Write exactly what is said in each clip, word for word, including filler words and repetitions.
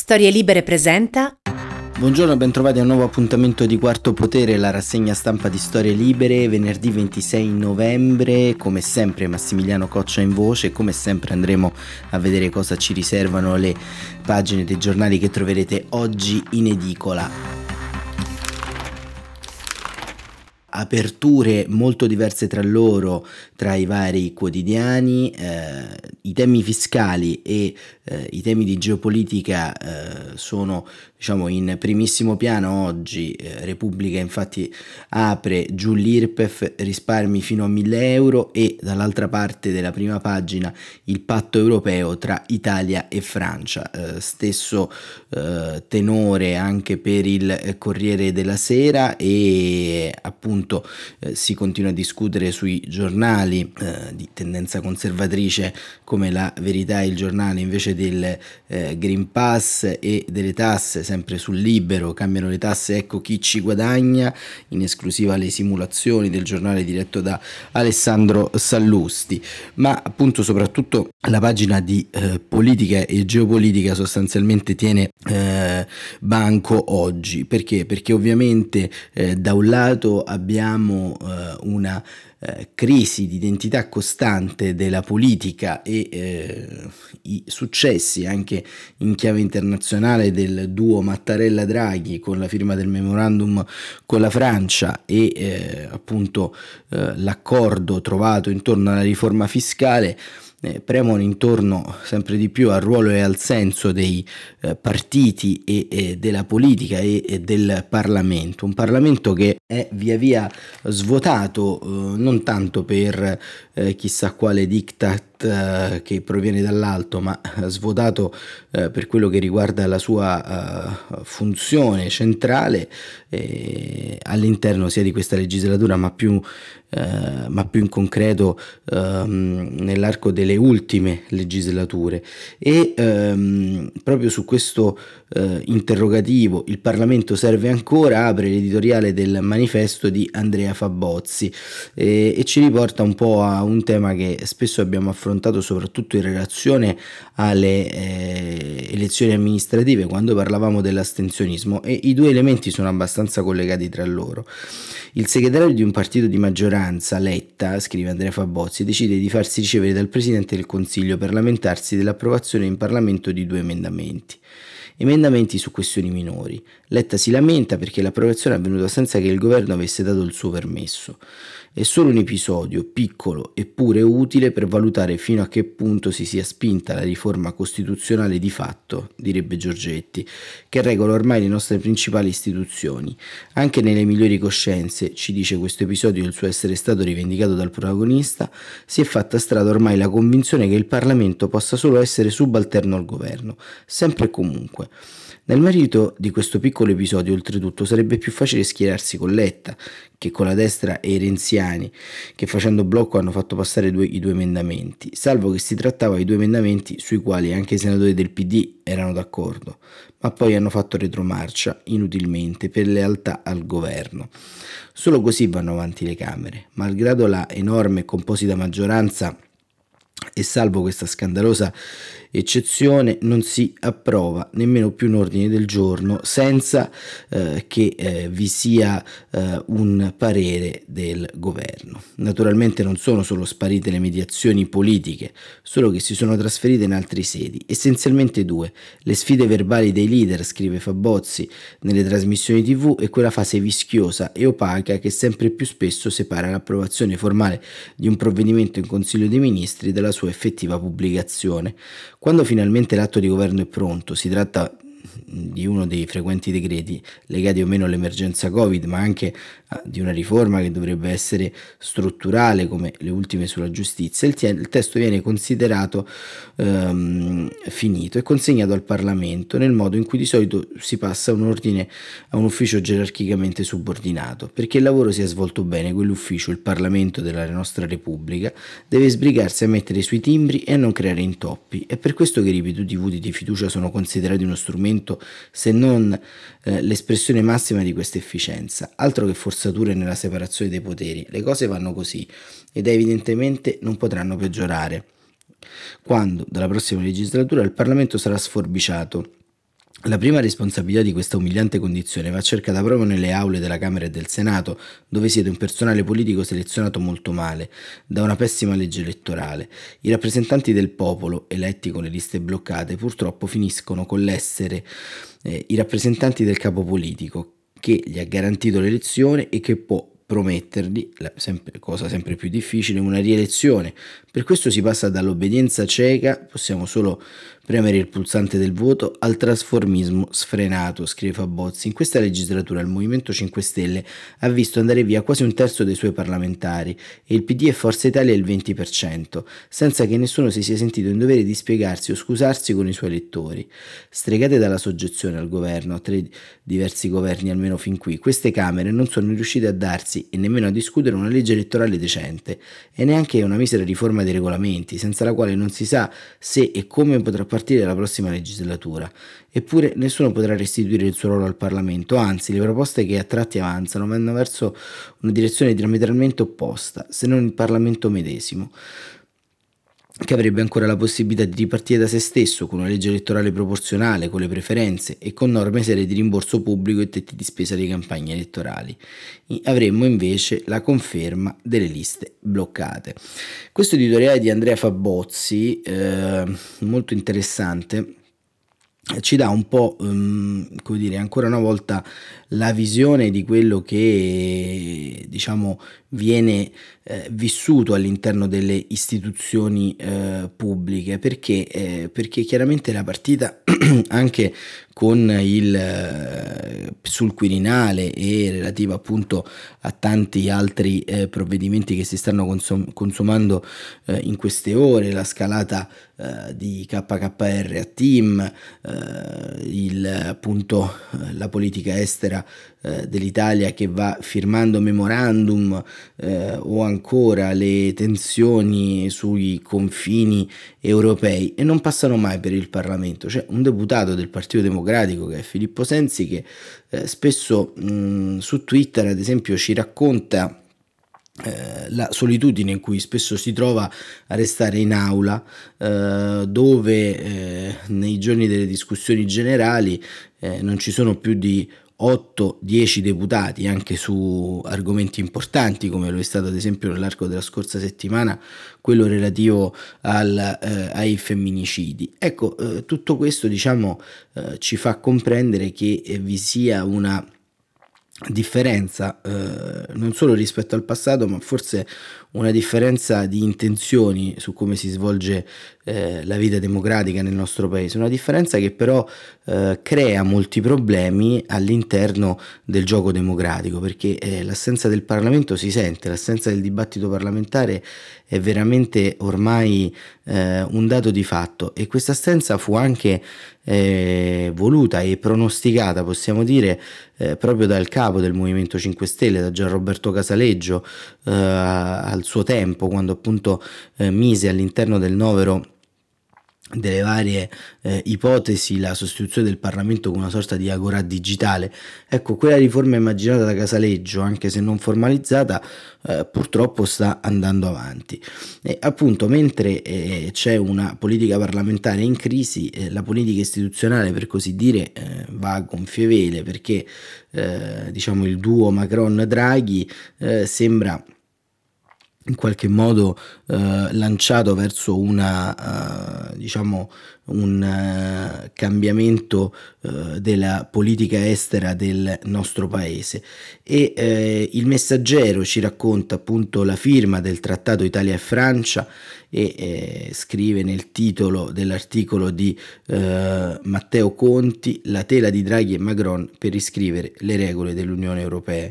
Storie Libere presenta. Buongiorno, bentrovati a un nuovo appuntamento di Quarto Potere, la rassegna stampa di Storie Libere, venerdì ventisei novembre, come sempre Massimiliano Coccia in voce, come sempre andremo a vedere cosa ci riservano le pagine dei giornali che troverete oggi in edicola. Aperture molto diverse tra loro, tra i vari quotidiani, eh, i temi fiscali e eh, i temi di geopolitica eh, sono diciamo in primissimo piano oggi. eh, Repubblica infatti apre giù l'I R P E F, risparmi fino a mille euro, e dall'altra parte della prima pagina il patto europeo tra Italia e Francia, eh, stesso eh, tenore anche per il Corriere della Sera, e appunto Eh, si continua a discutere sui giornali eh, di tendenza conservatrice come La Verità e Il Giornale invece del eh, Green Pass e delle tasse. Sempre sul Libero, cambiano le tasse, ecco chi ci guadagna, in esclusiva le simulazioni del giornale diretto da Alessandro Sallusti. Ma appunto soprattutto la pagina di eh, politica e geopolitica sostanzialmente tiene eh, banco oggi. Perché? Perché ovviamente eh, da un lato abbiamo Abbiamo eh, una eh, crisi di identità costante della politica e eh, i successi anche in chiave internazionale del duo Mattarella-Draghi con la firma del memorandum con la Francia e eh, appunto eh, l'accordo trovato intorno alla riforma fiscale. Eh, premono intorno sempre di più al ruolo e al senso dei eh, partiti e, e della politica e, e del Parlamento, un Parlamento che è via via svuotato, eh, non tanto per eh, chissà quale diktat eh, che proviene dall'alto, ma svuotato eh, per quello che riguarda la sua uh, funzione centrale eh, all'interno sia di questa legislatura, ma più Uh, ma più in concreto uh, nell'arco delle ultime legislature. E um, proprio su questo uh, interrogativo, il Parlamento serve ancora, apre l'editoriale del Manifesto di Andrea Fabozzi e, e ci riporta un po' a un tema che spesso abbiamo affrontato soprattutto in relazione alle eh, elezioni amministrative, quando parlavamo dell'astensionismo, e i due elementi sono abbastanza collegati tra loro. Il segretario di un partito di maggioranza, Letta, scrive Andrea Fabozzi, decide di farsi ricevere dal Presidente del Consiglio per lamentarsi dell'approvazione in Parlamento di due emendamenti. Emendamenti su questioni minori. Letta si lamenta perché l'approvazione è avvenuta senza che il governo avesse dato il suo permesso. È solo un episodio piccolo eppure utile per valutare fino a che punto si sia spinta la riforma costituzionale di fatto, direbbe Giorgetti, che regola ormai le nostre principali istituzioni. Anche nelle migliori coscienze, ci dice questo episodio, il suo essere stato rivendicato dal protagonista, si è fatta strada ormai la convinzione che il Parlamento possa solo essere subalterno al governo, sempre e comunque. Nel merito di questo piccolo episodio, oltretutto, sarebbe più facile schierarsi con Letta che con la destra e i renziani, che facendo blocco hanno fatto passare due, i due emendamenti, salvo che si trattava di due emendamenti sui quali anche i senatori del P D erano d'accordo, ma poi hanno fatto retromarcia inutilmente per lealtà al governo. Solo così vanno avanti le Camere, malgrado la enorme e composita maggioranza. E salvo questa scandalosa eccezione non si approva nemmeno più un ordine del giorno senza eh, che eh, vi sia eh, un parere del governo. Naturalmente non sono solo sparite le mediazioni politiche, solo che si sono trasferite in altre sedi, essenzialmente due: le sfide verbali dei leader, scrive Fabozzi, nelle trasmissioni tivù, e quella fase vischiosa e opaca che sempre più spesso separa l'approvazione formale di un provvedimento in Consiglio dei Ministri dalla sua effettiva pubblicazione. Quando finalmente l'atto di governo è pronto, si tratta di uno dei frequenti decreti legati o meno all'emergenza Covid, ma anche di una riforma che dovrebbe essere strutturale come le ultime sulla giustizia, il, t- il testo viene considerato ehm, finito e consegnato al Parlamento nel modo in cui di solito si passa un ordine a un ufficio gerarchicamente subordinato. Perché il lavoro sia svolto bene, quell'ufficio, il Parlamento della nostra Repubblica, deve sbrigarsi a mettere sui timbri e a non creare intoppi. È per questo che i ripetuti voti di fiducia sono considerati uno strumento, se non eh, l'espressione massima di questa efficienza. Altro che forzature nella separazione dei poteri, le cose vanno così ed evidentemente non potranno peggiorare quando dalla prossima legislatura il Parlamento sarà sforbiciato La prima responsabilità di questa umiliante condizione va cercata proprio nelle aule della Camera e del Senato, dove siede un personale politico selezionato molto male, da una pessima legge elettorale. I rappresentanti del popolo, eletti con le liste bloccate, purtroppo finiscono con l'essere eh, i rappresentanti del capo politico, che gli ha garantito l'elezione e che può promettergli, la, sempre, cosa sempre più difficile, una rielezione. Per questo si passa dall'obbedienza cieca, possiamo solo premere il pulsante del voto, al trasformismo sfrenato, scrive Fabozzi. In questa legislatura il Movimento cinque Stelle ha visto andare via quasi un terzo dei suoi parlamentari e il P D e Forza Italia il venti per cento, senza che nessuno si sia sentito in dovere di spiegarsi o scusarsi con i suoi elettori. Stregate dalla soggezione al governo, a tre diversi governi almeno fin qui, queste Camere non sono riuscite a darsi e nemmeno a discutere una legge elettorale decente e neanche una misera riforma dei regolamenti, senza la quale non si sa se e come potrà partire la prossima legislatura. Eppure nessuno potrà restituire il suo ruolo al Parlamento, anzi le proposte che a tratti avanzano vanno verso una direzione diametralmente opposta, se non il Parlamento medesimo, che avrebbe ancora la possibilità di ripartire da se stesso con una legge elettorale proporzionale, con le preferenze e con norme serie di rimborso pubblico e tetti di spesa dei campagne elettorali. Avremmo invece la conferma delle liste bloccate. Questo editoriale di Andrea Fabozzi, eh, molto interessante, ci dà un po', um, come dire, ancora una volta la visione di quello che, diciamo, viene eh, vissuto all'interno delle istituzioni eh, pubbliche, perché, eh, perché chiaramente la partita anche con il eh, sul Quirinale e relativa appunto a tanti altri eh, provvedimenti che si stanno consum- consumando eh, in queste ore, la scalata eh, di K K R a Team, eh, il, appunto la politica estera eh, dell'Italia che va firmando memorandum, eh, o ancora le tensioni sui confini europei, e non passano mai per il Parlamento. C'è un deputato del Partito Democratico che è Filippo Sensi che eh, spesso mh, su Twitter ad esempio ci racconta Eh, la solitudine in cui spesso si trova a restare in aula, eh, dove eh, nei giorni delle discussioni generali eh, non ci sono più di otto dieci deputati, anche su argomenti importanti come lo è stato ad esempio nell'arco della scorsa settimana quello relativo al, eh, ai femminicidi. Ecco, eh, tutto questo diciamo eh, ci fa comprendere che eh, vi sia una differenza eh, non solo rispetto al passato, ma forse una differenza di intenzioni su come si svolge eh, la vita democratica nel nostro paese, una differenza che però eh, crea molti problemi all'interno del gioco democratico, perché eh, l'assenza del Parlamento si sente, l'assenza del dibattito parlamentare è veramente ormai eh, un dato di fatto, e questa assenza fu anche eh, voluta e pronosticata, possiamo dire, eh, proprio dal capo del Movimento cinque Stelle, da Gianroberto Casaleggio, eh, al suo tempo, quando appunto eh, mise all'interno del novero delle varie eh, ipotesi la sostituzione del Parlamento con una sorta di agorà digitale. Ecco, quella riforma immaginata da Casaleggio, anche se non formalizzata, eh, purtroppo sta andando avanti. E appunto, mentre eh, c'è una politica parlamentare in crisi, eh, la politica istituzionale, per così dire, eh, va a gonfie vele, perché eh, diciamo il duo Macron-Draghi eh, sembra in qualche modo eh, lanciato verso una uh, diciamo un uh, cambiamento uh, della politica estera del nostro paese, e eh, il Messaggero ci racconta appunto la firma del trattato Italia e Francia e eh, scrive nel titolo dell'articolo di eh, Matteo Conti: la tela di Draghi e Macron per riscrivere le regole dell'Unione Europea.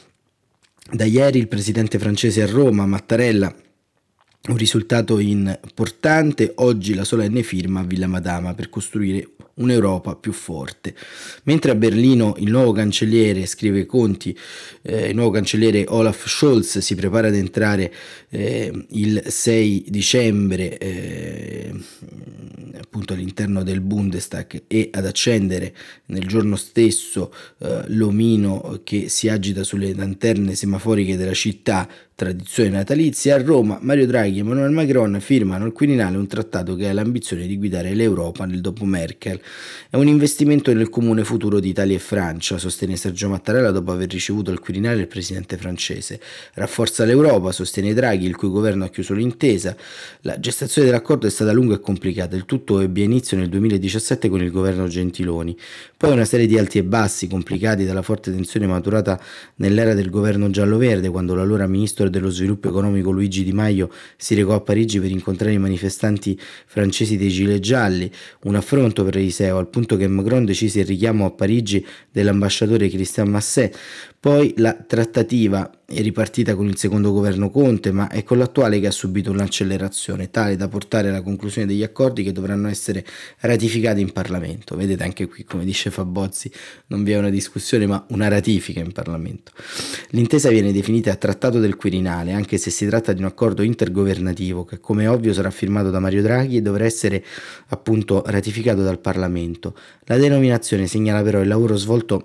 Da ieri il presidente francese a Roma, Mattarella, un risultato importante, oggi la solenne firma a Villa Madama per costruire un'Europa più forte. Mentre a Berlino il nuovo cancelliere, scrive Conti, eh, il nuovo cancelliere Olaf Scholz si prepara ad entrare eh, il sei dicembre eh, appunto all'interno del Bundestag e ad accendere nel giorno stesso eh, l'omino che si agita sulle lanterne semaforiche della città, tradizione natalizia. A Roma Mario Draghi e Emmanuel Macron firmano al Quirinale un trattato che ha l'ambizione di guidare l'Europa nel dopo Merkel, È un investimento nel comune futuro di Italia e Francia, sostiene Sergio Mattarella dopo aver ricevuto al Quirinale il presidente francese. Rafforza l'Europa, sostiene Draghi, il cui governo ha chiuso l'intesa. La gestazione dell'accordo è stata lunga e complicata, il tutto ebbe inizio nel duemiladiciassette con il governo Gentiloni. Poi una serie di alti e bassi, complicati dalla forte tensione maturata nell'era del governo giallo-verde, quando l'allora ministro dello sviluppo economico Luigi Di Maio si recò a Parigi per incontrare i manifestanti francesi dei gilet gialli, un affronto per Eliseo, al punto che Macron decise il richiamo a Parigi dell'ambasciatore Christian Masset. Poi la trattativa è ripartita con il secondo governo Conte, ma è con l'attuale che ha subito un'accelerazione tale da portare alla conclusione degli accordi che dovranno essere ratificati in Parlamento. Vedete, anche qui, come dice Fabozzi, non vi è una discussione ma una ratifica in Parlamento. L'intesa viene definita Trattato del Quirinale, anche se si tratta di un accordo intergovernativo che, come ovvio, sarà firmato da Mario Draghi e dovrà essere appunto ratificato dal Parlamento. La denominazione segnala però il lavoro svolto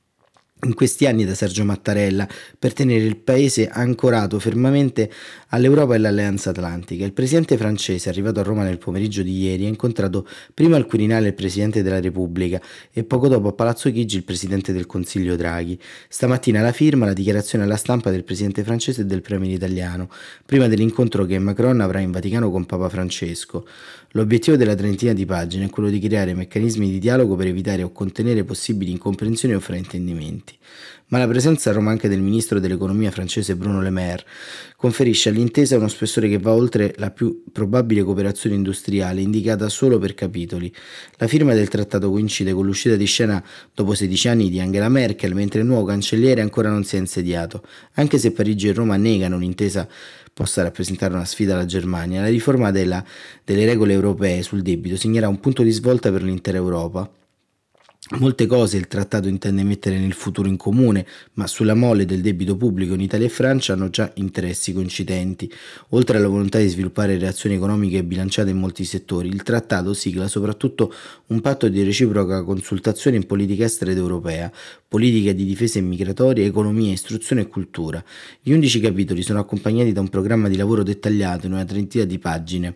in questi anni da Sergio Mattarella per tenere il paese ancorato fermamente all'Europa e all'Alleanza Atlantica. Il presidente francese, arrivato a Roma nel pomeriggio di ieri, ha incontrato prima al Quirinale il presidente della Repubblica e poco dopo a Palazzo Chigi il presidente del Consiglio Draghi. Stamattina la firma, la dichiarazione alla stampa del presidente francese e del premier italiano, prima dell'incontro che Macron avrà in Vaticano con Papa Francesco. L'obiettivo della trentina di pagine è quello di creare meccanismi di dialogo per evitare o contenere possibili incomprensioni o fraintendimenti. Ma la presenza a Roma anche del ministro dell'economia francese Bruno Le Maire conferisce all'intesa uno spessore che va oltre la più probabile cooperazione industriale indicata solo per capitoli. La firma del trattato coincide con l'uscita di scena dopo sedici anni di Angela Merkel, mentre il nuovo cancelliere ancora non si è insediato. Anche se Parigi e Roma negano un'intesa possa rappresentare una sfida alla Germania, la riforma della, delle regole europee sul debito segnerà un punto di svolta per l'intera Europa. Molte cose il trattato intende mettere nel futuro in comune, ma sulla mole del debito pubblico in Italia e Francia hanno già interessi coincidenti. Oltre alla volontà di sviluppare relazioni economiche bilanciate in molti settori, il trattato sigla soprattutto un patto di reciproca consultazione in politica estera ed europea, politica di difesa e migratoria, economia, istruzione e cultura. Gli undici capitoli sono accompagnati da un programma di lavoro dettagliato in una trentina di pagine,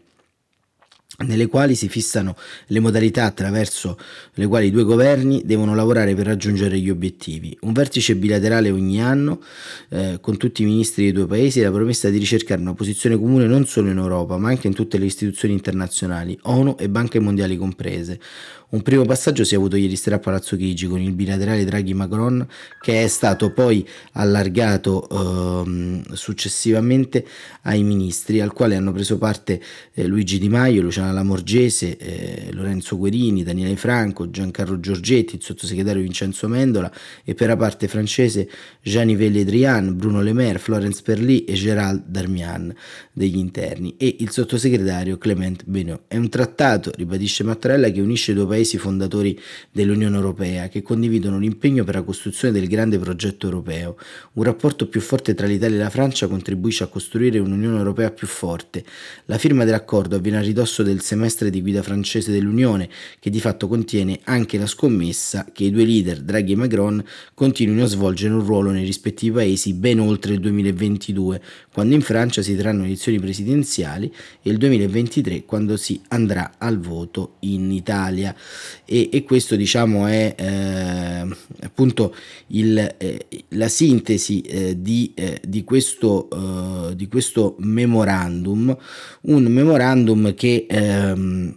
nelle quali si fissano le modalità attraverso le quali i due governi devono lavorare per raggiungere gli obiettivi. Un vertice bilaterale ogni anno eh, con tutti i ministri dei due paesi e la promessa di ricercare una posizione comune non solo in Europa ma anche in tutte le istituzioni internazionali, ONU e banche mondiali comprese. Un primo passaggio si è avuto ieri sera a Palazzo Chigi con il bilaterale Draghi-Macron, che è stato poi allargato eh, successivamente ai ministri, al quale hanno preso parte eh, Luigi Di Maio, Luciana Lamorgese, eh, Lorenzo Guerini, Daniele Franco, Giancarlo Giorgetti, il sottosegretario Vincenzo Mendola e per la parte francese Jean-Yves Le Drian, Bruno Le Maire, Florence Perly e Gérald Darmian degli interni e il sottosegretario Clément Benot. È un trattato, ribadisce Mattarella, che unisce i due paesi fondatori dell'Unione Europea, che condividono l'impegno per la costruzione del grande progetto europeo. Un rapporto più forte tra l'Italia e la Francia contribuisce a costruire un'Unione Europea più forte. La firma dell'accordo avviene a ridosso del semestre di guida francese dell'Unione, che di fatto contiene anche la scommessa che i due leader, Draghi e Macron, continuino a svolgere un ruolo nei rispettivi paesi ben oltre il duemilaventidue, quando in Francia si terranno elezioni presidenziali, e il duemilaventitré, quando si andrà al voto in Italia. E, e questo, diciamo, è eh, appunto il, eh, la sintesi eh, di, eh, di, questo, eh, di questo memorandum, un memorandum che ehm,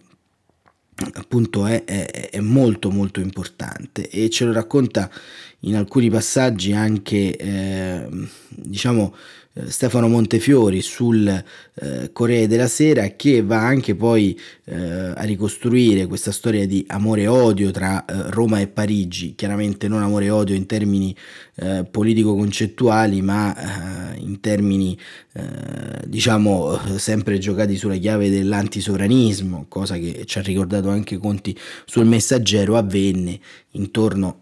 appunto è, è, è molto molto importante e ce lo racconta in alcuni passaggi anche eh, diciamo Stefano Montefiori sul eh, Corriere della Sera, che va anche poi eh, a ricostruire questa storia di amore e odio tra eh, Roma e Parigi, chiaramente non amore e odio in termini eh, politico-concettuali, ma eh, in termini eh, diciamo sempre giocati sulla chiave dell'antisovranismo, cosa che ci ha ricordato anche Conti sul Messaggero, avvenne intorno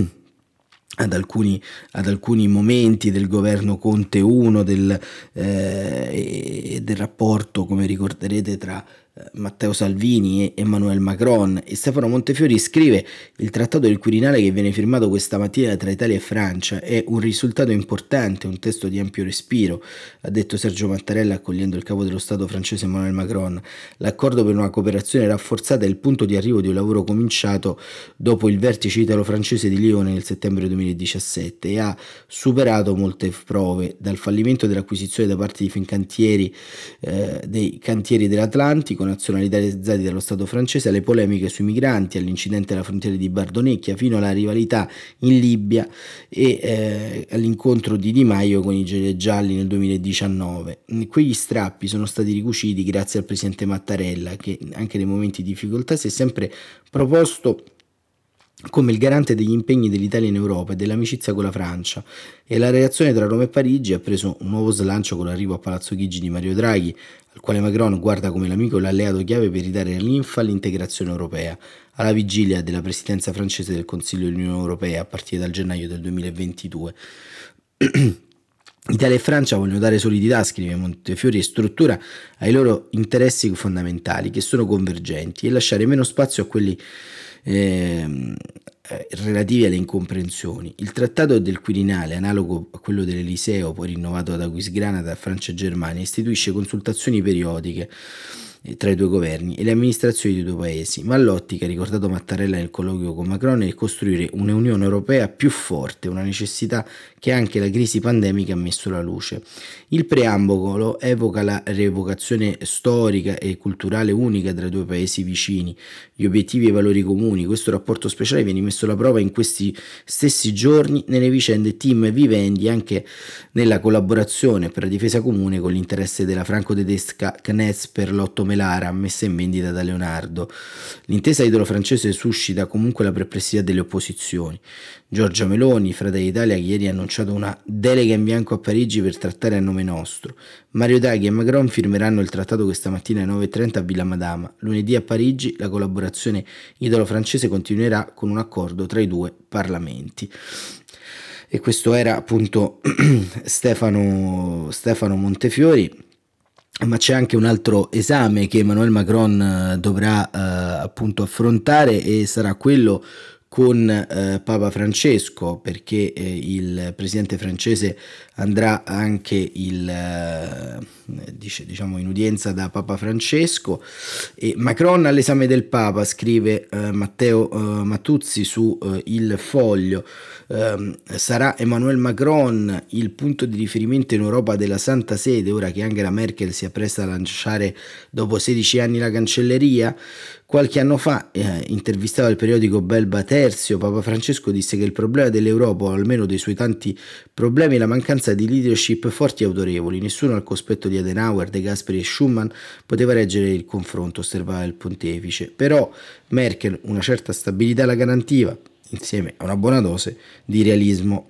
Ad alcuni, ad alcuni momenti del governo Conte uno del, eh, del rapporto, come ricorderete, tra Matteo Salvini e Emmanuel Macron. E Stefano Montefiori scrive: il trattato del Quirinale che viene firmato questa mattina tra Italia e Francia è un risultato importante, un testo di ampio respiro, ha detto Sergio Mattarella accogliendo il capo dello Stato francese Emmanuel Macron. L'accordo per una cooperazione rafforzata è il punto di arrivo di un lavoro cominciato dopo il vertice italo-francese di Lione nel settembre duemiladiciassette e ha superato molte prove, dal fallimento dell'acquisizione da parte di Fincantieri eh, dei cantieri dell'Atlantico nazionalizzati dallo Stato francese, alle polemiche sui migranti, all'incidente alla frontiera di Bardonecchia, fino alla rivalità in Libia e eh, all'incontro di Di Maio con i gilet gialli nel duemiladiciannove. Quegli strappi sono stati ricuciti grazie al presidente Mattarella, che anche nei momenti di difficoltà si è sempre proposto come il garante degli impegni dell'Italia in Europa e dell'amicizia con la Francia, e la relazione tra Roma e Parigi ha preso un nuovo slancio con l'arrivo a Palazzo Chigi di Mario Draghi, al quale Macron guarda come l'amico e l'alleato chiave per ridare linfa all'integrazione europea, alla vigilia della presidenza francese del Consiglio dell'Unione Europea a partire dal gennaio del duemilaventidue. Italia e Francia vogliono dare solidità, scrive Montefiori, e struttura ai loro interessi fondamentali, che sono convergenti, e lasciare meno spazio a quelli Eh, relativi alle incomprensioni. Il trattato del Quirinale, analogo a quello dell'Eliseo, poi rinnovato da Aquisgrana da Francia e Germania, istituisce consultazioni periodiche tra i due governi e le amministrazioni dei due paesi, ma l'ottica, ricordato Mattarella nel colloquio con Macron, è costruire un'Unione Europea più forte, una necessità che anche la crisi pandemica ha messo alla luce. Il preambolo evoca la rievocazione storica e culturale unica tra i due paesi vicini, gli obiettivi e i valori comuni. Questo rapporto speciale viene messo alla prova in questi stessi giorni nelle vicende team vivendi, anche nella collaborazione per la difesa comune con l'interesse della franco-tedesca Knez per l'otto Melara, messa in vendita da Leonardo. L'intesa italo-francese suscita comunque la perplessità delle opposizioni. Giorgia Meloni, Fratelli d'Italia, che ieri ha annunciato una delega in bianco a Parigi per trattare a nome nostro. Mario Draghi e Macron firmeranno il trattato questa mattina alle nove e trenta a Villa Madama. Lunedì a Parigi la collaborazione italo-francese continuerà con un accordo tra i due parlamenti. E questo era appunto Stefano, Stefano Montefiori. Ma c'è anche un altro esame che Emmanuel Macron dovrà eh, appunto affrontare, e sarà quello con eh, Papa Francesco, perché eh, il presidente francese andrà anche il, eh, dice, diciamo in udienza da Papa Francesco. E Macron all'esame del Papa, scrive eh, Matteo eh, Matuzzi su eh, Il Foglio. Eh, sarà Emmanuel Macron il punto di riferimento in Europa della Santa Sede, ora che Angela Merkel si appresta a lanciare dopo sedici anni la cancelleria? Qualche anno fa, eh, intervistato al periodico Belba Tertio, Papa Francesco disse che il problema dell'Europa, o almeno dei suoi tanti problemi, è la mancanza di leadership forti e autorevoli. Nessuno al cospetto di Adenauer, De Gasperi e Schuman poteva reggere il confronto, osservava il pontefice. Però Merkel una certa stabilità la garantiva, insieme a una buona dose di realismo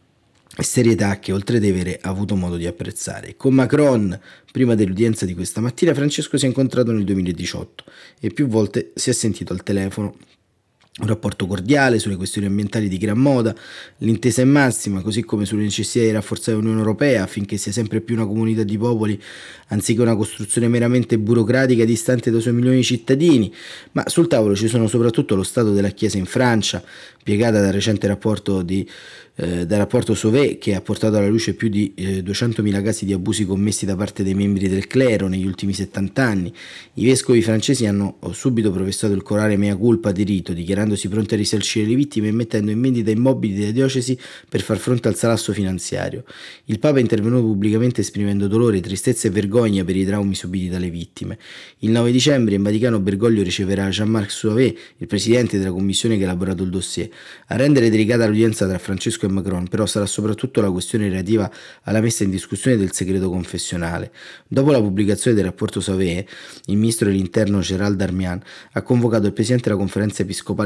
e serietà che Oltretevere ha avuto modo di apprezzare. Con Macron, prima dell'udienza di questa mattina, Francesco si è incontrato nel duemiladiciotto e più volte si è sentito al telefono. Un rapporto cordiale sulle questioni ambientali di gran moda, l'intesa è massima, così come sulle necessità di rafforzare l'Unione Europea affinché sia sempre più una comunità di popoli anziché una costruzione meramente burocratica distante dai suoi milioni di cittadini. Ma sul tavolo ci sono soprattutto lo stato della Chiesa in Francia, piegata dal recente rapporto di eh, dal rapporto Sauvé, che ha portato alla luce più di eh, duecentomila casi di abusi commessi da parte dei membri del clero negli ultimi settanta anni. I vescovi francesi hanno subito professato il corale mea culpa di rito, dichiarandosi pronti a risarcire le vittime e mettendo in vendita immobili delle diocesi per far fronte al salasso finanziario. Il Papa è intervenuto pubblicamente esprimendo dolore, tristezza e vergogna per i traumi subiti dalle vittime. Il nove dicembre in Vaticano Bergoglio riceverà Jean-Marc Sauvé, il presidente della commissione che ha elaborato il dossier. A rendere delicata l'udienza tra Francesco e Macron però sarà soprattutto la questione relativa alla messa in discussione del segreto confessionale. Dopo la pubblicazione del rapporto Sauvé, il ministro dell'interno Gérald Darmanin ha convocato il presidente della conferenza episcopale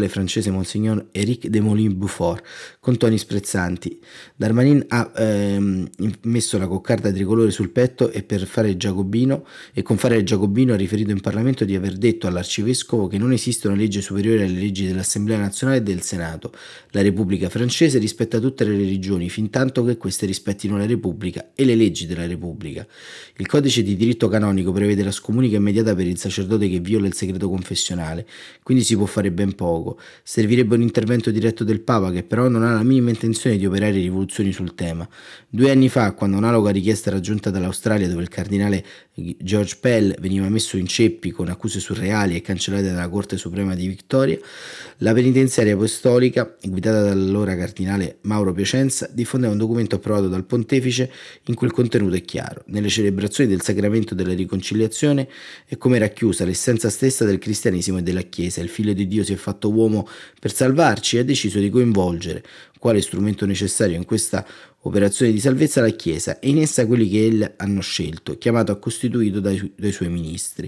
spirituale francese Monsignor Éric de Molin-Beaufort, con toni sprezzanti. Darmanin ha ehm, messo la coccarda tricolore sul petto e per fare il giacobino e con fare il giacobino ha riferito in Parlamento di aver detto all'arcivescovo che non esiste una legge superiore alle leggi dell'Assemblea nazionale e del Senato. La Repubblica francese rispetta tutte le religioni, fin tanto che queste rispettino la Repubblica e le leggi della Repubblica. Il codice di diritto canonico prevede la scomunica immediata per il sacerdote che viola il segreto confessionale, quindi si può fare ben poco. Servirebbe un intervento diretto del Papa, che però non ha la minima intenzione di operare rivoluzioni sul tema. Due anni fa, quando un'analoga richiesta era giunta dall'Australia, dove il cardinale George Pell veniva messo in ceppi con accuse surreali e cancellate dalla Corte Suprema di Victoria, la penitenziaria apostolica, guidata dall'allora cardinale Mauro Piacenza, diffondeva un documento approvato dal pontefice in cui il contenuto è chiaro. Nelle celebrazioni del sacramento della riconciliazione è come racchiusa l'essenza stessa del cristianesimo e della Chiesa. Il Figlio di Dio si è fatto uomo per salvarci e ha deciso di coinvolgere, quale strumento necessario in questa operazione di salvezza, la Chiesa e in essa quelli che egli hanno scelto, chiamato e costituito dai, dai suoi ministri.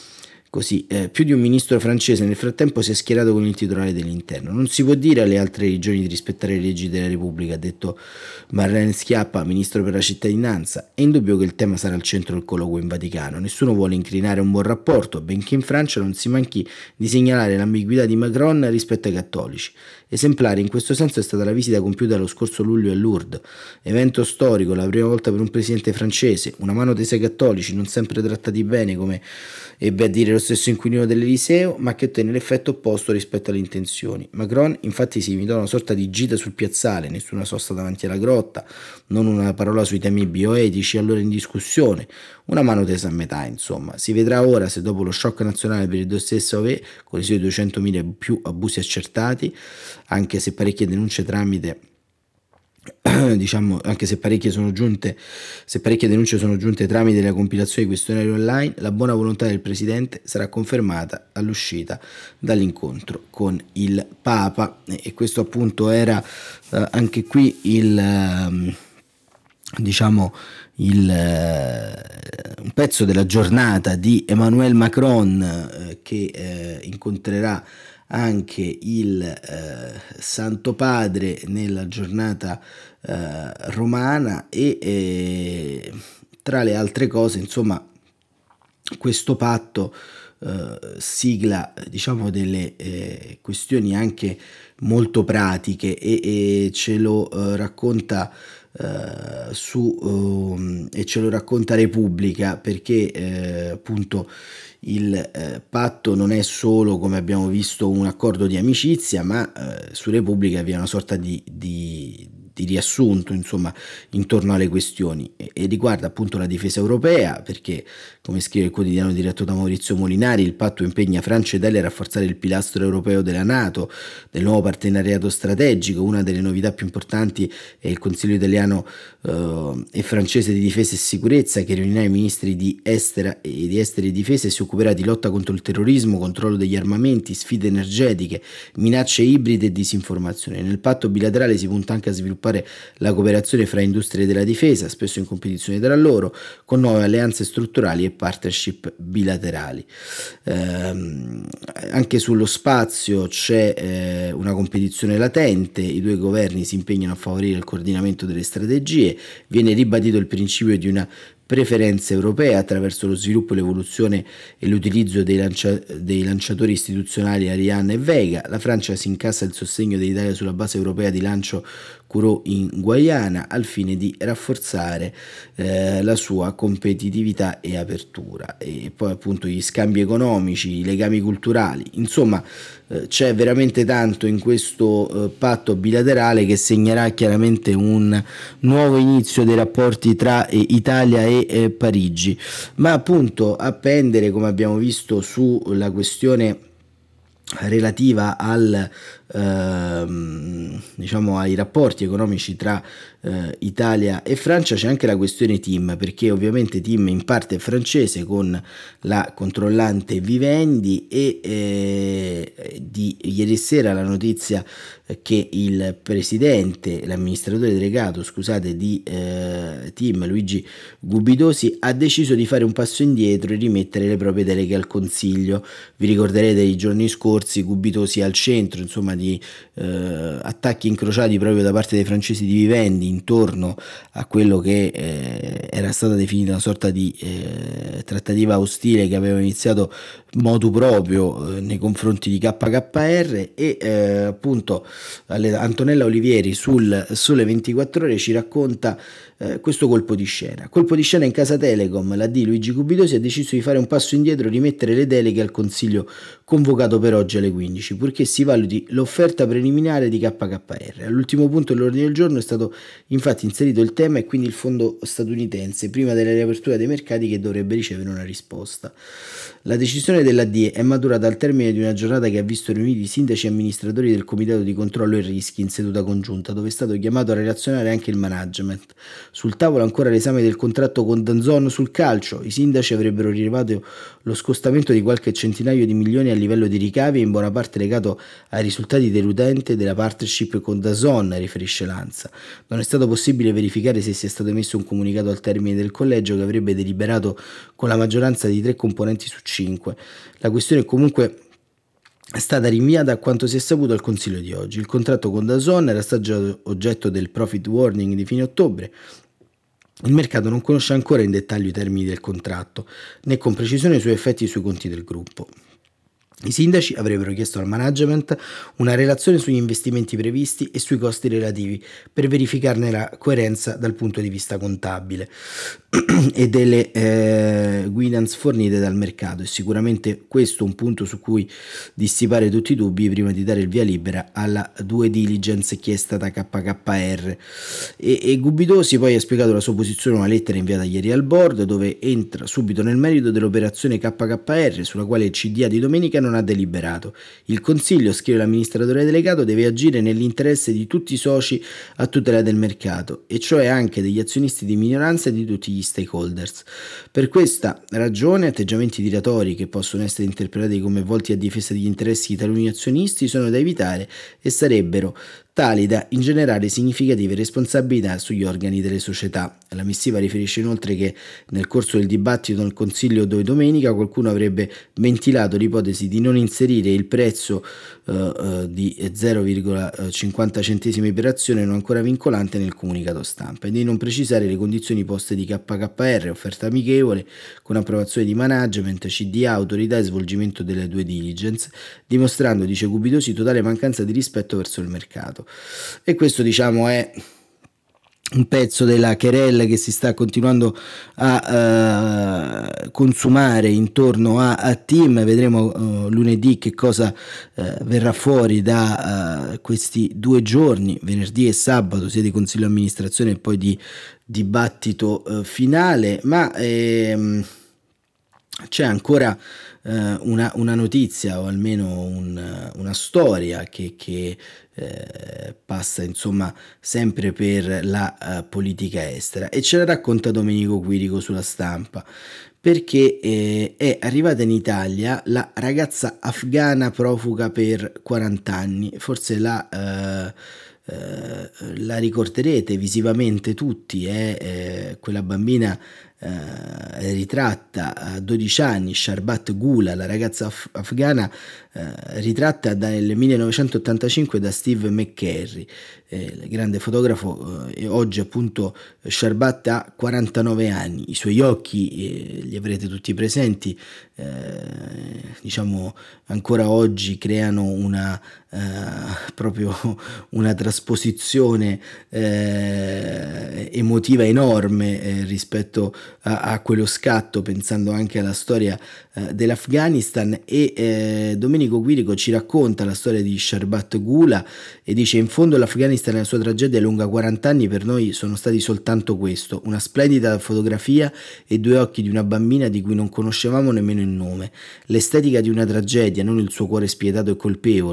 Così, eh, più di un ministro francese nel frattempo si è schierato con il titolare dell'interno. Non si può dire alle altre religioni di rispettare le leggi della Repubblica, ha detto Marlène Schiappa, ministro per la cittadinanza. È indubbio che il tema sarà al centro del colloquio in Vaticano. Nessuno vuole incrinare un buon rapporto, benché in Francia non si manchi di segnalare l'ambiguità di Macron rispetto ai cattolici. Esemplare in questo senso è stata la visita compiuta lo scorso luglio a Lourdes, evento storico, la prima volta per un presidente francese, una mano tesa ai cattolici, non sempre trattati bene, come ebbe a dire lo stesso inquilino dell'Eliseo, ma che ottenne l'effetto opposto rispetto alle intenzioni. Macron infatti si imitò una sorta di gita sul piazzale, nessuna sosta davanti alla grotta, non una parola sui temi bioetici allora in discussione, una mano tesa a metà, insomma. Si vedrà ora se dopo lo shock nazionale per il dossier Sauvé, con i suoi duecentomila più abusi accertati, anche se parecchie denunce tramite diciamo anche se parecchie sono giunte se parecchie denunce sono giunte tramite la compilazione di questionari online, la buona volontà del presidente sarà confermata all'uscita dall'incontro con il Papa. E questo appunto era eh, anche qui il eh, diciamo il, eh, un pezzo della giornata di Emmanuel Macron eh, che eh, incontrerà anche il eh, Santo Padre nella giornata eh, romana e eh, tra le altre cose, insomma, questo patto eh, sigla diciamo delle eh, questioni anche molto pratiche e, e ce lo eh, racconta Uh, su uh, e ce lo racconta Repubblica, perché eh, appunto il eh, patto non è solo, come abbiamo visto, un accordo di amicizia, ma eh, su Repubblica vi è una sorta di, di, di riassunto, insomma, intorno alle questioni e, e riguarda appunto la difesa europea, perché, come scrive il quotidiano diretto da Maurizio Molinari, il patto impegna Francia e Italia a rafforzare il pilastro europeo della NATO, del nuovo partenariato strategico. Una delle novità più importanti è il Consiglio italiano eh, e francese di difesa e sicurezza, che riunirà i ministri di estera e di esteri e difesa e si occuperà di lotta contro il terrorismo, controllo degli armamenti, sfide energetiche, minacce ibride e disinformazione. Nel patto bilaterale si punta anche a sviluppare la cooperazione fra industrie della difesa, spesso in competizione tra loro, con nuove alleanze strutturali e partnership bilaterali. Eh, anche sullo spazio c'è eh, una competizione latente, i due governi si impegnano a favorire il coordinamento delle strategie, viene ribadito il principio di una preferenza europea attraverso lo sviluppo, l'evoluzione e l'utilizzo dei, lancia- dei lanciatori istituzionali Ariane e Vega. La Francia si incassa il sostegno dell'Italia sulla base europea di lancio Kourou in Guyana al fine di rafforzare eh, la sua competitività e apertura. E poi appunto gli scambi economici, i legami culturali, insomma eh, c'è veramente tanto in questo eh, patto bilaterale che segnerà chiaramente un nuovo inizio dei rapporti tra eh, Italia e eh, Parigi, ma appunto a pendere, come abbiamo visto, sulla questione relativa al ehm, diciamo ai rapporti economici tra eh, Italia e Francia, c'è anche la questione T I M, perché ovviamente T I M in parte è francese con la controllante Vivendi e eh, di ieri sera la notizia che il presidente, l'amministratore delegato, scusate, di eh, T I M, Luigi Gubidosi, ha deciso di fare un passo indietro e rimettere le proprie deleghe al Consiglio. Vi ricorderete i giorni scorsi Gubidosi al centro, insomma, di eh, attacchi incrociati proprio da parte dei francesi di Vivendi intorno a quello che eh, era stata definita una sorta di eh, trattativa ostile che aveva iniziato motu proprio eh, nei confronti di K K R e eh, appunto Antonella Olivieri sul Sole ventiquattro Ore ci racconta eh, questo colpo di scena. Colpo di scena in casa Telecom, la D Luigi Gubidosi ha deciso di fare un passo indietro e rimettere le deleghe al Consiglio convocato per oggi alle quindici, purché si valuti l'offerta preliminare di K K R. All'ultimo punto dell'ordine del giorno è stato infatti inserito il tema e quindi il fondo statunitense, prima della riapertura dei mercati, che dovrebbe ricevere una risposta. La decisione della D E è maturata al termine di una giornata che ha visto riuniti i sindaci e amministratori del Comitato di Controllo e Rischi in seduta congiunta, dove è stato chiamato a relazionare anche il management. Sul tavolo ancora l'esame del contratto con DAZN sul calcio. I sindaci avrebbero rilevato lo scostamento di qualche centinaio di milioni a livello di ricavi, in buona parte legato ai risultati dell'utente della partnership con DAZN, riferisce l'ANSA. Non è stato possibile verificare se sia stato emesso un comunicato al termine del collegio che avrebbe deliberato con la maggioranza di tre componenti su cinque. La questione è comunque è stata rinviata a quanto si è saputo al Consiglio di oggi. Il contratto con DAZN era stato oggetto del profit warning di fine ottobre. Il mercato non conosce ancora in dettaglio i termini del contratto, né con precisione i suoi effetti sui conti del gruppo. I sindaci avrebbero chiesto al management una relazione sugli investimenti previsti e sui costi relativi per verificarne la coerenza dal punto di vista contabile e delle eh, guidance fornite dal mercato. È sicuramente questo un punto su cui dissipare tutti i dubbi prima di dare il via libera alla due diligence chiesta da K K R. E, e Gubidosi poi ha spiegato la sua posizione in una lettera inviata ieri al board, dove entra subito nel merito dell'operazione K K R, sulla quale il C D A di domenica non ha deliberato. Il Consiglio, scrive l'amministratore delegato, deve agire nell'interesse di tutti i soci a tutela del mercato, e cioè anche degli azionisti di minoranza e di tutti gli stakeholders. Per questa ragione atteggiamenti dilatori che possono essere interpretati come volti a difesa degli interessi di taluni azionisti sono da evitare e sarebbero tali da ingenerare significative responsabilità sugli organi delle società. La missiva riferisce inoltre che nel corso del dibattito nel Consiglio di domenica qualcuno avrebbe ventilato l'ipotesi di non inserire il prezzo uh, uh, di zero virgola cinquanta centesimi per azione non ancora vincolante nel comunicato stampa e di non precisare le condizioni poste di K K R, offerta amichevole con approvazione di management, C D A, autorità e svolgimento delle due diligence, dimostrando, dice Gubidosi, totale mancanza di rispetto verso il mercato. E questo, diciamo, è un pezzo della querella che si sta continuando a uh, consumare intorno a, a T I M. Vedremo uh, lunedì che cosa uh, verrà fuori da uh, questi due giorni, venerdì e sabato, sia di consiglio di amministrazione e poi di dibattito uh, finale, ma ehm, c'è ancora uh, una, una notizia, o almeno un, una storia che, che eh, passa insomma sempre per la uh, politica estera, e ce la racconta Domenico Quirico sulla Stampa, perché eh, è arrivata in Italia la ragazza afghana profuga per quaranta anni. Forse la... Uh, Uh, la ricorderete visivamente tutti, è eh, quella bambina uh, ritratta a dodici anni, Sharbat Gula, la ragazza af- afghana uh, ritratta nel millenovecentottantacinque da Steve McCurry, eh, il grande fotografo, uh, e oggi appunto Sharbat ha quarantanove anni. I suoi occhi eh, li avrete tutti presenti, eh, diciamo ancora oggi creano una Uh, proprio una trasposizione eh, emotiva enorme eh, rispetto a, a quello scatto, pensando anche alla storia eh, dell'Afghanistan. E eh, Domenico Quirico ci racconta la storia di Sharbat Gula e dice: in fondo l'Afghanistan e la sua tragedia lunga quaranta anni per noi sono stati soltanto questo, una splendida fotografia e due occhi di una bambina di cui non conoscevamo nemmeno il nome, l'estetica di una tragedia, non il suo cuore spietato e colpevole,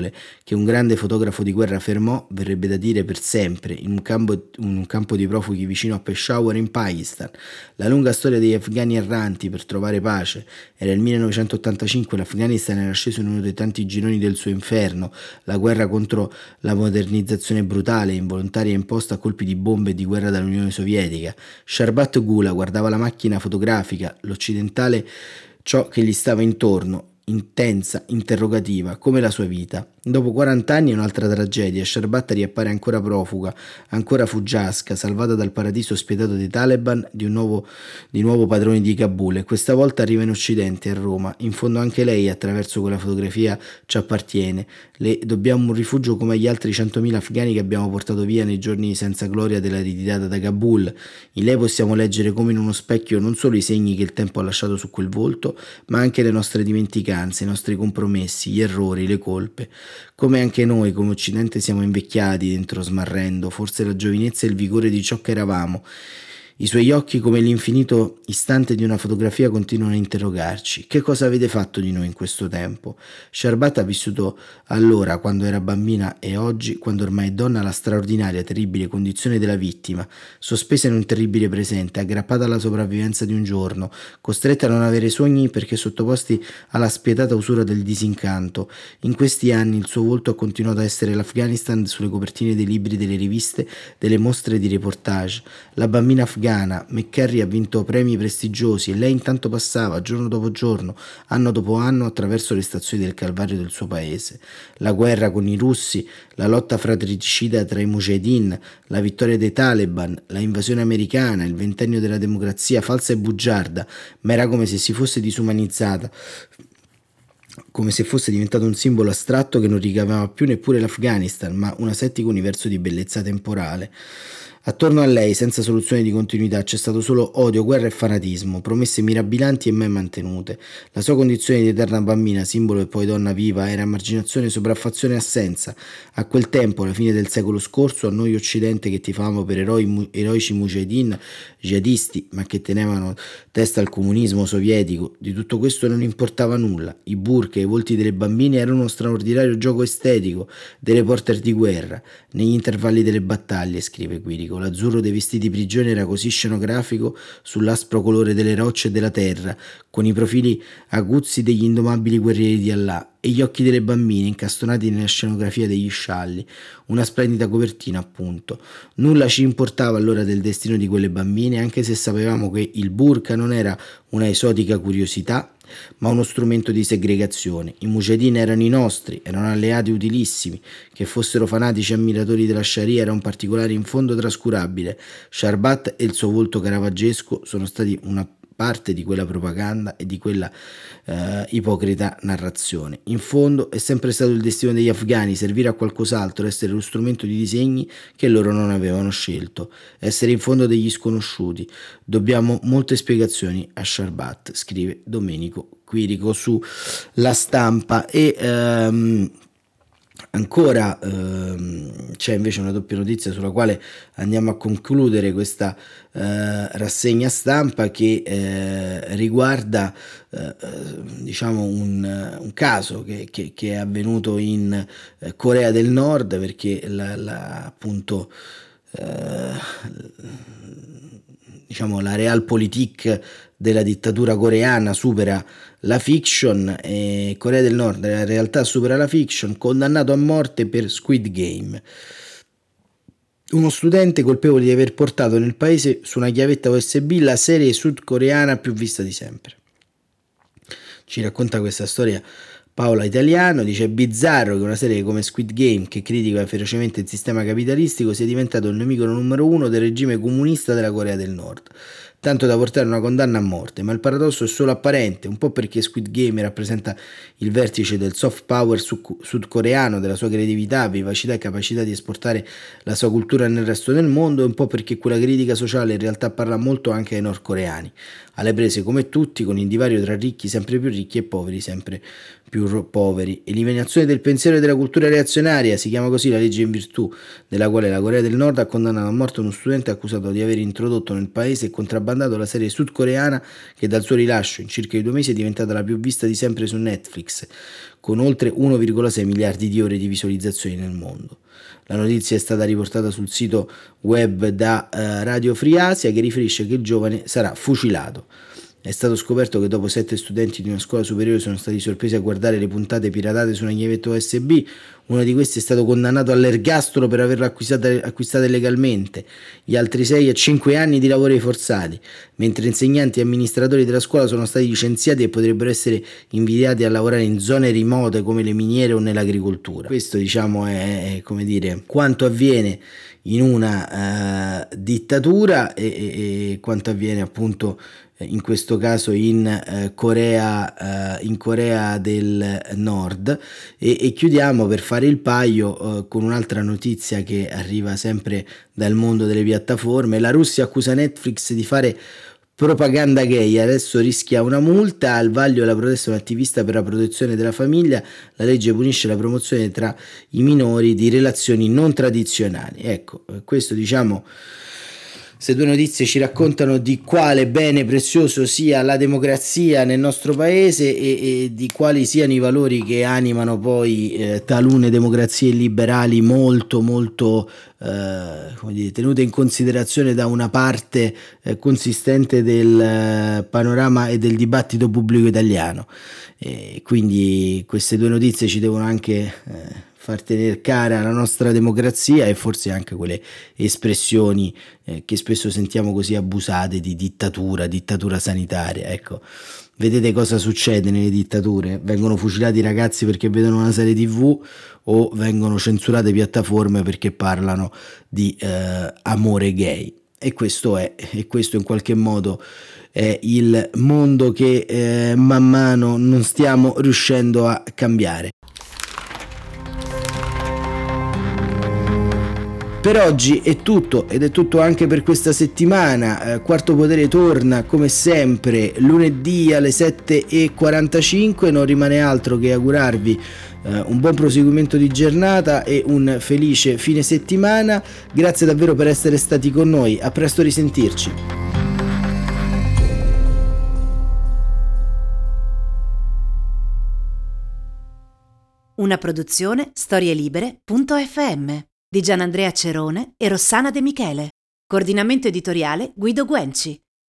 che un grande fotografo di guerra fermò, verrebbe da dire per sempre, in un campo, in un campo di profughi vicino a Peshawar in Pakistan. La lunga storia degli afghani erranti per trovare pace. Era il millenovecentottantacinque, l'Afghanistan era sceso in uno dei tanti gironi del suo inferno, la guerra contro la modernizzazione brutale, involontaria e imposta a colpi di bombe e di guerra dall'Unione Sovietica. Sharbat Gula guardava la macchina fotografica, l'occidentale, ciò che gli stava intorno, intensa, interrogativa, come la sua vita. Dopo quaranta anni è un'altra tragedia. Sharbat riappare ancora profuga, ancora fuggiasca, salvata dal paradiso spietato dei Taliban, di, un nuovo, di nuovo padroni di Kabul, e questa volta arriva in Occidente, a Roma. In fondo anche lei, attraverso quella fotografia, ci appartiene. Le dobbiamo un rifugio come agli altri centomila afghani che abbiamo portato via nei giorni senza gloria della ritirata da Kabul. In lei possiamo leggere come in uno specchio non solo i segni che il tempo ha lasciato su quel volto, ma anche le nostre dimenticanze, i nostri compromessi, gli errori, le colpe. Come anche noi, come Occidente, siamo invecchiati dentro smarrendo, forse la giovinezza e il vigore di ciò che eravamo. I suoi occhi, come l'infinito istante di una fotografia, continuano a interrogarci. Che cosa avete fatto di noi in questo tempo? Sharbat ha vissuto allora, quando era bambina, e oggi, quando ormai è donna, la straordinaria, terribile condizione della vittima, sospesa in un terribile presente, aggrappata alla sopravvivenza di un giorno, costretta a non avere sogni perché sottoposti alla spietata usura del disincanto. In questi anni il suo volto ha continuato a essere l'Afghanistan sulle copertine dei libri, delle riviste, delle mostre di reportage. La bambina afghana McCarry ha vinto premi prestigiosi e lei intanto passava giorno dopo giorno, anno dopo anno, attraverso le stazioni del calvario del suo paese. La guerra con i russi, la lotta fratricida tra i mujahideen, la vittoria dei Taliban, la invasione americana, il ventennio della democrazia falsa e bugiarda, ma era come se si fosse disumanizzata, come se fosse diventato un simbolo astratto che non ricavava più neppure l'Afghanistan, ma un asettico universo di bellezza temporale. Attorno a lei, senza soluzione di continuità, c'è stato solo odio, guerra e fanatismo, promesse mirabilanti e mai mantenute. La sua condizione di eterna bambina, simbolo e poi donna viva, era emarginazione, sopraffazione e assenza. A quel tempo, alla fine del secolo scorso, a noi occidente che tifavamo per eroi, mu- eroici mujahideen, jihadisti, ma che tenevano testa al comunismo sovietico, di tutto questo non importava nulla. I burka e i volti delle bambine erano uno straordinario gioco estetico dei reporter di guerra. Negli intervalli delle battaglie, scrive Quirico, l'azzurro dei vestiti prigione era così scenografico sull'aspro colore delle rocce e della terra, con i profili aguzzi degli indomabili guerrieri di Allah e gli occhi delle bambine incastonati nella scenografia degli scialli. Una splendida copertina, appunto. Nulla ci importava allora del destino di quelle bambine, anche se sapevamo che il burka non era una esotica curiosità, ma uno strumento di segregazione. I mujahideen erano i nostri, erano alleati utilissimi. Che fossero fanatici ammiratori della Sharia era un particolare in fondo trascurabile. Sharbat e il suo volto caravaggesco sono stati una parte di quella propaganda e di quella eh, ipocrita narrazione. In fondo è sempre stato il destino degli afghani servire a qualcos'altro, essere lo strumento di disegni che loro non avevano scelto, essere in fondo degli sconosciuti. Dobbiamo molte spiegazioni a Sharbat, scrive Domenico Quirico su La Stampa. E ehm, ancora ehm, c'è invece una doppia notizia sulla quale andiamo a concludere questa eh, rassegna stampa, che eh, riguarda eh, diciamo un, un caso che, che, che è avvenuto in eh, Corea del Nord, perché la, la, appunto eh, diciamo la realpolitik della dittatura coreana supera la fiction, e Corea del Nord, la realtà supera la fiction, condannato a morte per Squid Game. Uno studente colpevole di aver portato nel paese su una chiavetta U S B la serie sudcoreana più vista di sempre. Ci racconta questa storia Paola Italiano, dice: è bizzarro che una serie come Squid Game, che critica ferocemente il sistema capitalistico, sia diventato il nemico numero uno del regime comunista della Corea del Nord, tanto da portare una condanna a morte. Ma il paradosso è solo apparente, un po' perché Squid Game rappresenta il vertice del soft power sudcoreano, della sua creatività, vivacità e capacità di esportare la sua cultura nel resto del mondo, e un po' perché quella critica sociale in realtà parla molto anche ai nordcoreani, alle prese come tutti con il divario tra ricchi sempre più ricchi e poveri sempre più poveri. Eliminazione del pensiero e della cultura reazionaria, si chiama così la legge in virtù della quale la Corea del Nord ha condannato a morte uno studente accusato di aver introdotto nel paese il contrabbando contrabbandato la serie sudcoreana che dal suo rilascio in circa due mesi è diventata la più vista di sempre su Netflix, con oltre uno virgola sei miliardi di ore di visualizzazioni nel mondo. La notizia è stata riportata sul sito web da uh, Radio Free Asia, che riferisce che il giovane sarà fucilato. È stato scoperto che dopo sette studenti di una scuola superiore sono stati sorpresi a guardare le puntate piratate su una chiavetta U S B. Uno di questi è stato condannato all'ergastolo per averlo acquistate, acquistate legalmente, gli altri sei a cinque anni di lavori forzati, mentre insegnanti e amministratori della scuola sono stati licenziati e potrebbero essere inviati a lavorare in zone remote come le miniere o nell'agricoltura. Questo, diciamo, è, è come dire, quanto avviene in una uh, dittatura e, e, e quanto avviene appunto in questo caso in eh, Corea eh, in Corea del Nord e, e chiudiamo per fare il paio eh, con un'altra notizia che arriva sempre dal mondo delle piattaforme. La Russia accusa Netflix di fare propaganda gay, adesso rischia una multa. Al vaglio la protesta di un attivista per la protezione della famiglia. La legge punisce la promozione tra i minori di relazioni non tradizionali. Ecco, questo, diciamo, queste due notizie ci raccontano di quale bene prezioso sia la democrazia nel nostro paese e, e di quali siano i valori che animano poi eh, talune democrazie liberali molto molto eh, come dire, tenute in considerazione da una parte eh, consistente del eh, panorama e del dibattito pubblico italiano. E quindi queste due notizie ci devono anche eh, far tenere cara la nostra democrazia e forse anche quelle espressioni eh, che spesso sentiamo così abusate di dittatura, dittatura sanitaria. Ecco, vedete cosa succede nelle dittature? Vengono fucilati i ragazzi perché vedono una serie tivù o vengono censurate piattaforme perché parlano di eh, amore gay. E questo è, e questo in qualche modo è il mondo che eh, man mano non stiamo riuscendo a cambiare. Per oggi è tutto ed è tutto anche per questa settimana. Eh, Quarto Potere torna come sempre lunedì alle sette e quarantacinque. Non rimane altro che augurarvi eh, un buon proseguimento di giornata e un felice fine settimana. Grazie davvero per essere stati con noi. A presto, risentirci. Una produzione storielibere punto effe emme di Gianandrea Cerone e Rossana De Michele. Coordinamento editoriale Guido Guenci.